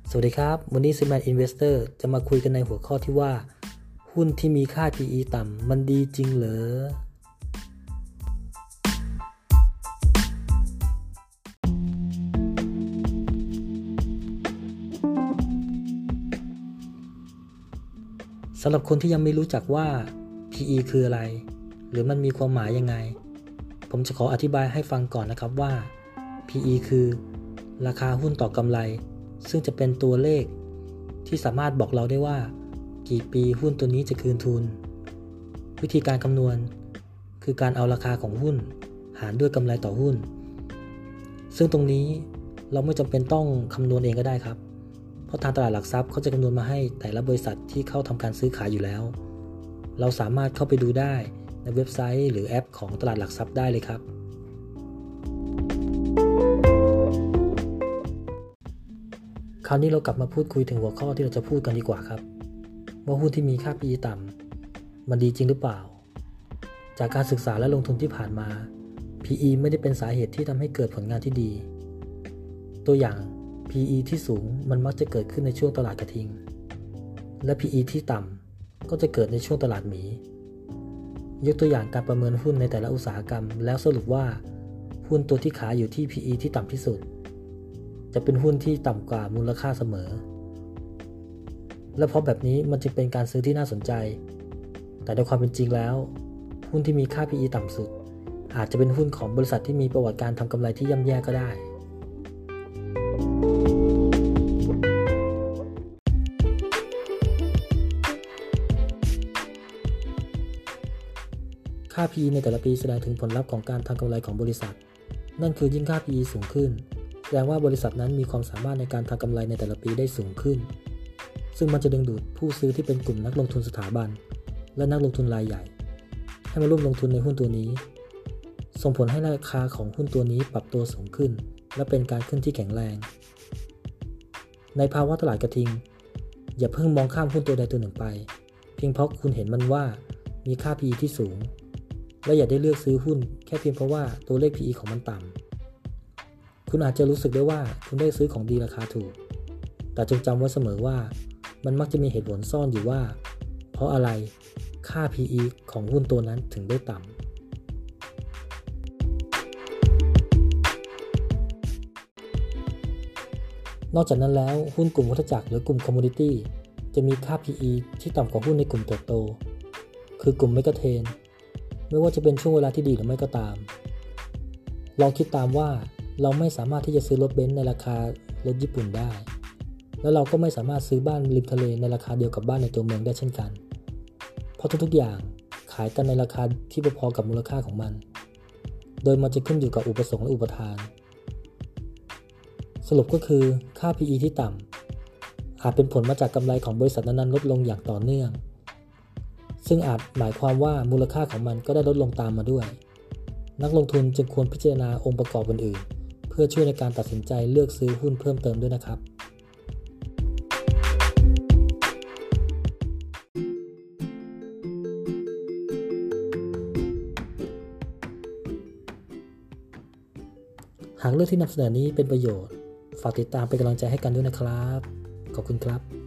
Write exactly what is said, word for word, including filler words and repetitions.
สวัสดีครับวันนี้ Simman Investor จะมาคุยกันในหัวข้อที่ว่าหุ้นที่มีค่า พี อี ต่ำมันดีจริงเหรอสำหรับคนที่ยังไม่รู้จักว่า พี อี คืออะไรหรือมันมีความหมายยังไงผมจะขออธิบายให้ฟังก่อนนะครับว่า พี อี คือราคาหุ้นต่อกำไรซึ่งจะเป็นตัวเลขที่สามารถบอกเราได้ว่ากี่ปีหุ้นตัวนี้จะคืนทุนวิธีการคำนวณคือการเอาราคาของหุ้นหารด้วยกำไรต่อหุ้นซึ่งตรงนี้เราไม่จำเป็นต้องคำนวณเองก็ได้ครับเพราะทางตลาดหลักทรัพย์เขาจะคำนวณมาให้แต่ละบริษัทที่เข้าทำการซื้อขายอยู่แล้วเราสามารถเข้าไปดูได้ในเว็บไซต์หรือแอปของตลาดหลักทรัพย์ได้เลยครับคราวนี้เรากลับมาพูดคุยถึงหัวข้อที่เราจะพูดกันดีกว่าครับว่าหุ้นที่มีค่า พี อี ต่ำมันดีจริงหรือเปล่าจากการศึกษาและลงทุนที่ผ่านมา พี อี ไม่ได้เป็นสาเหตุที่ทำให้เกิดผลงานที่ดีตัวอย่าง พี อี ที่สูงมันมักจะเกิดขึ้นในช่วงตลาดกระทิงและ พี อี ที่ต่ำก็จะเกิดในช่วงตลาดหมียกตัวอย่างการประเมินหุ้นในแต่ละอุตสาหกรรมแล้วสรุปว่าหุ้นตัวที่ขายอยู่ที่ พี อี ที่ต่ำที่สุดจะเป็นหุ้นที่ต่ำกว่ามูลค่าเสมอและเพราะแบบนี้มันจึงเป็นการซื้อที่น่าสนใจแต่ในความเป็นจริงแล้วหุ้นที่มีค่า พี อี ต่ำสุดอาจจะเป็นหุ้นของบริษัทที่มีประวัติการทำกำไรที่ย่ำแย่ก็ได้ค่า พี อี ในแต่ละปีแสดงถึงผลลัพธ์ของการทำกำไรของบริษัทนั่นคือยิ่งค่า พี อี สูงขึ้นแสดงว่าบริษัทนั้นมีความสามารถในการทำกำไรในแต่ละปีได้สูงขึ้นซึ่งมันจะดึงดูดผู้ซื้อที่เป็นกลุ่มนักลงทุนสถาบันและนักลงทุนรายใหญ่ให้มาร่วมลงทุนในหุ้นตัวนี้ส่งผลให้ราคาของหุ้นตัวนี้ปรับตัวสูงขึ้นและเป็นการขึ้นที่แข็งแรงในภาวะตลาดกระทิงอย่าเพิ่งมองข้ามหุ้นตัวใดตัวหนึ่งไปเพียงเพราะคุณเห็นมันว่ามีค่า พี อี ที่สูงและอย่าได้เลือกซื้อหุ้นแค่เพียงเพราะว่าตัวเลข พี อี ของมันต่ำคุณอาจจะรู้สึกได้ว่าคุณได้ซื้อของดีราคาถูกแต่จงจำไว้เสมอว่ามันมักจะมีเหตุผลซ่อนอยู่ว่าเพราะอะไรค่า พี อี ของหุ้นตัวนั้นถึงได้ต่ำนอกจากนั้นแล้วหุ้นกลุ่มวัฏจักรหรือกลุ่มคอมมูนิตี้จะมีค่า พี อี ที่ต่ำกว่าหุ้นในกลุ่มเติบโตคือกลุ่มเมกะเทรนด์ไม่ว่าจะเป็นช่วงเวลาที่ดีหรือไม่ก็ตามลองคิดตามว่าเราไม่สามารถที่จะซื้อรถเบนซ์ในราคารถญี่ปุ่นได้แล้วเราก็ไม่สามารถซื้อบ้านริมทะเลในราคาเดียวกับบ้านในตัวเมืองได้เช่นกันเพราะทุกๆอย่างขายกันในราคาที่พอๆกับมูลค่าของมันโดยมันจะขึ้นอยู่กับอุปสงค์และอุปทานสรุปก็คือค่า พี อี ที่ต่ำอาจเป็นผลมาจากกำไรของบริษัทนั้นๆลดลงอย่างต่อเนื่องซึ่งอาจหมายความว่ามูลค่าของมันก็ได้ลดลงตามมาด้วยนักลงทุนจึงควรพิจารณาองค์ประกอบอื่นๆเพื่อช่วยในการตัดสินใจเลือกซื้อหุ้นเพิ่มเติมด้วยนะครับหากเรื่องที่นำเสนอนี้เป็นประโยชน์ฝากติดตามเป็นกำลังใจให้กันด้วยนะครับขอบคุณครับ